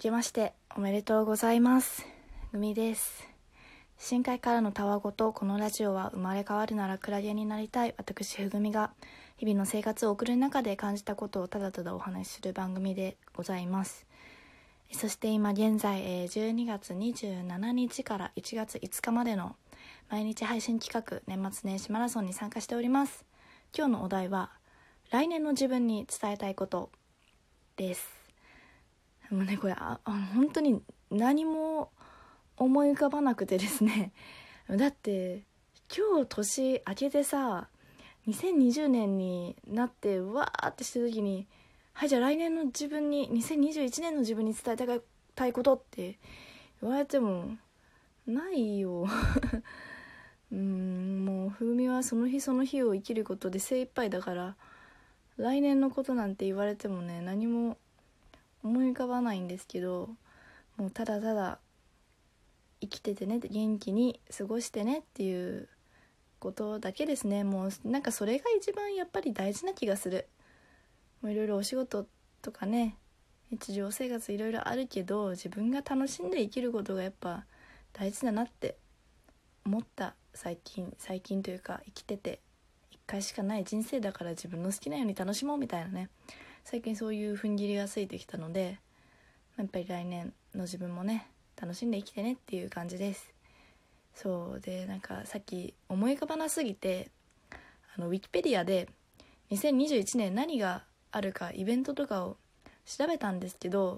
けましておめでとうございます。グミです。深海からのたわごと。このラジオは生まれ変わるならクラゲになりたい私ふぐみが日々の生活を送る中で感じたことをただただお話しする番組でございます。そして今現在12月27日から1月5日までの毎日配信企画年末年始マラソンに参加しております。今日のお題は来年の自分に伝えたいことです。もうねこれ本当に何も思い浮かばなくてですねだって今日年明けてさ2020年になってわーってしてる時にはいじゃあ来年の自分に2021年の自分に伝えたいことって言われてもないよもうふみはその日その日を生きることで精一杯だから来年のことなんて言われてもね何も思い浮かばないんですけど、もうただただ生きててね元気に過ごしてねっていうことだけですね。もうなんかそれが一番やっぱり大事な気がする。もういろいろお仕事とかね日常生活いろいろあるけど自分が楽しんで生きることがやっぱ大事だなって思った最近というか、生きてて一回しかない人生だから自分の好きなように楽しもうみたいなね、最近そういう踏ん切りがついてきたので、やっぱり来年の自分もね楽しんで生きてねっていう感じです。そうでなんかさっき思い浮かばなすぎてウィキペディアで2021年何があるかイベントとかを調べたんですけど、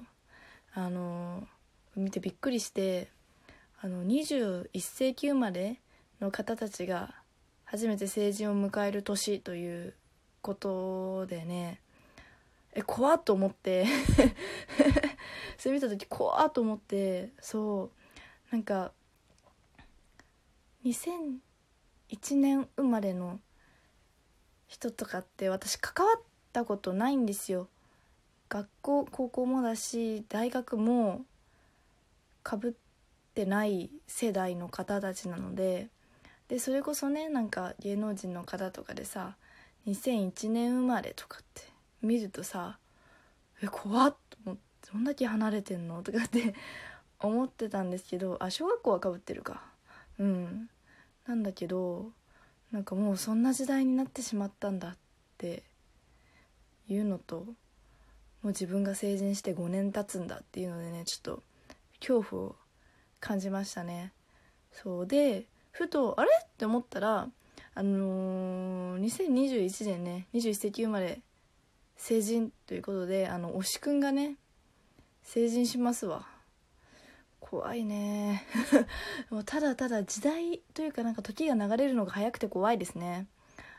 見てびっくりして、21世紀生まれの方たちが初めて成人を迎える年ということでね、怖っと思ってそれ見た時怖っと思って、そうなんか2001年生まれの人とかって私関わったことないんですよ。学校高校もだし大学もかぶってない世代の方たちなので、それこそねなんか芸能人の方とかでさ2001年生まれとかって見るとさ怖っと思って、どんだけ離れてんのとかって思ってたんですけど、小学校はかぶってるかなんだけど、なんかもうそんな時代になってしまったんだっていうのと、もう自分が成人して5年経つんだっていうのでね、ちょっと恐怖を感じましたね。そうでふとあれって思ったら2021年ね21世紀生まれ成人ということで推しくんがね成人しますわ。怖いねもうただただ時代というかなんか時が流れるのが早くて怖いですね。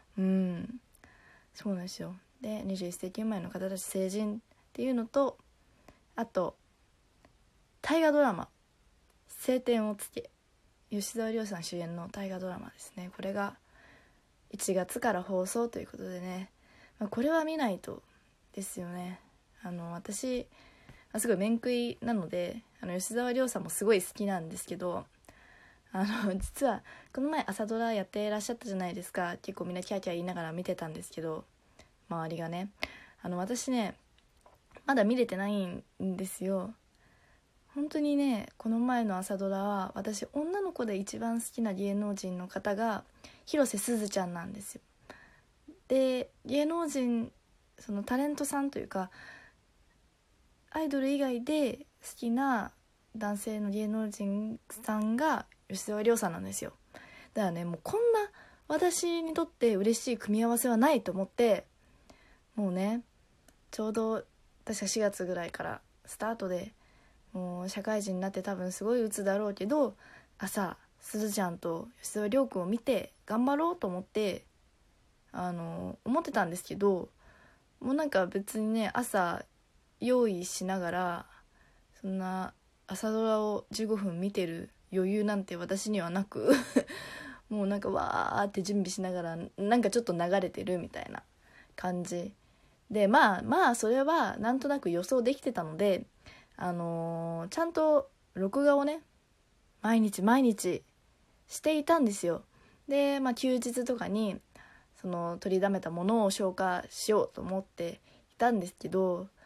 そうなんですよ。で21世紀生まれの方たち成人っていうのと、あと大河ドラマ青天を衝け、吉沢亮さん主演の大河ドラマですね。これが1月から放送ということでね、これは見ないとですよね。私すごい面食いなので吉沢亮さんもすごい好きなんですけど、実はこの前朝ドラやっていらっしゃったじゃないですか。結構みんなキャーキャー言いながら見てたんですけど、周りがね私ねまだ見れてないんですよ。本当にねこの前の朝ドラは私女の子で一番好きな芸能人の方が広瀬すずちゃんなんですよ。で芸能人そのタレントさんというかアイドル以外で好きな男性の芸能人さんが吉沢亮さんなんですよ。だからねもうこんな私にとって嬉しい組み合わせはないと思って、もうねちょうど確か4月ぐらいからスタートで、もう社会人になって多分すごい鬱だろうけど朝すずちゃんと吉沢亮君を見て頑張ろうと思って思ってたんですけど、もうなんか別にね朝用意しながらそんな朝ドラを15分見てる余裕なんて私にはなくもうなんかわーって準備しながらなんかちょっと流れてるみたいな感じで、まあそれはなんとなく予想できてたので、ちゃんと録画をね毎日していたんですよ。で休日とかにその取りだめたものを消化しようと思っていたんですけど、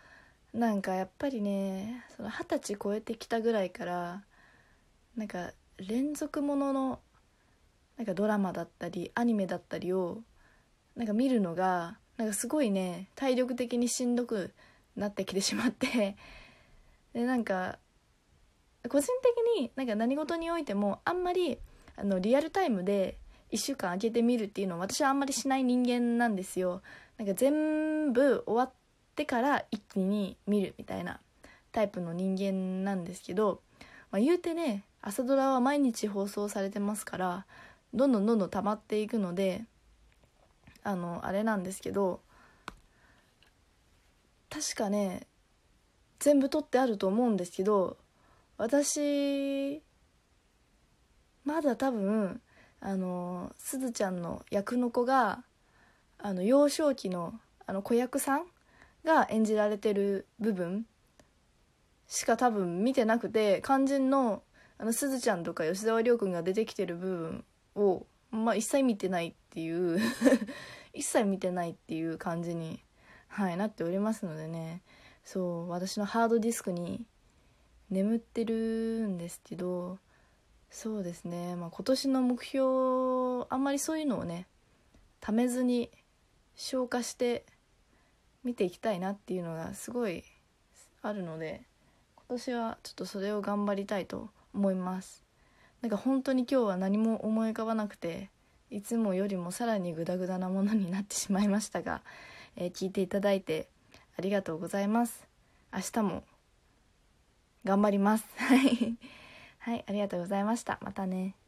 なんかやっぱりね、その20歳超えてきたぐらいからなんか連続もののなんかドラマだったりアニメだったりをなんか見るのがなんかすごいね体力的にしんどくなってきてしまってでなんか個人的になんか何事においてもあんまりリアルタイムで1週間空けてみるっていうのを私はあんまりしない人間なんですよ。なんか全部終わってから一気に見るみたいなタイプの人間なんですけど、言うてね朝ドラは毎日放送されてますからどんどん溜まっていくのであれなんですけど、確かね全部撮ってあると思うんですけど、私まだ多分すずちゃんの役の子が幼少期の子役さんが演じられてる部分しか多分見てなくて、肝心のすずちゃんとか吉沢亮君が出てきてる部分を一切見てないっていう一切見てないっていう感じに、なっておりますのでね、そう私のハードディスクに眠ってるんですけど、そうですね、今年の目標あんまりそういうのをねためずに消化して見ていきたいなっていうのがすごいあるので、今年はちょっとそれを頑張りたいと思います。なんか本当に今日は何も思い浮かばなくて、いつもよりもさらにグダグダなものになってしまいましたが、聞いていただいてありがとうございます。明日も頑張りますはい、ありがとうございました。またね。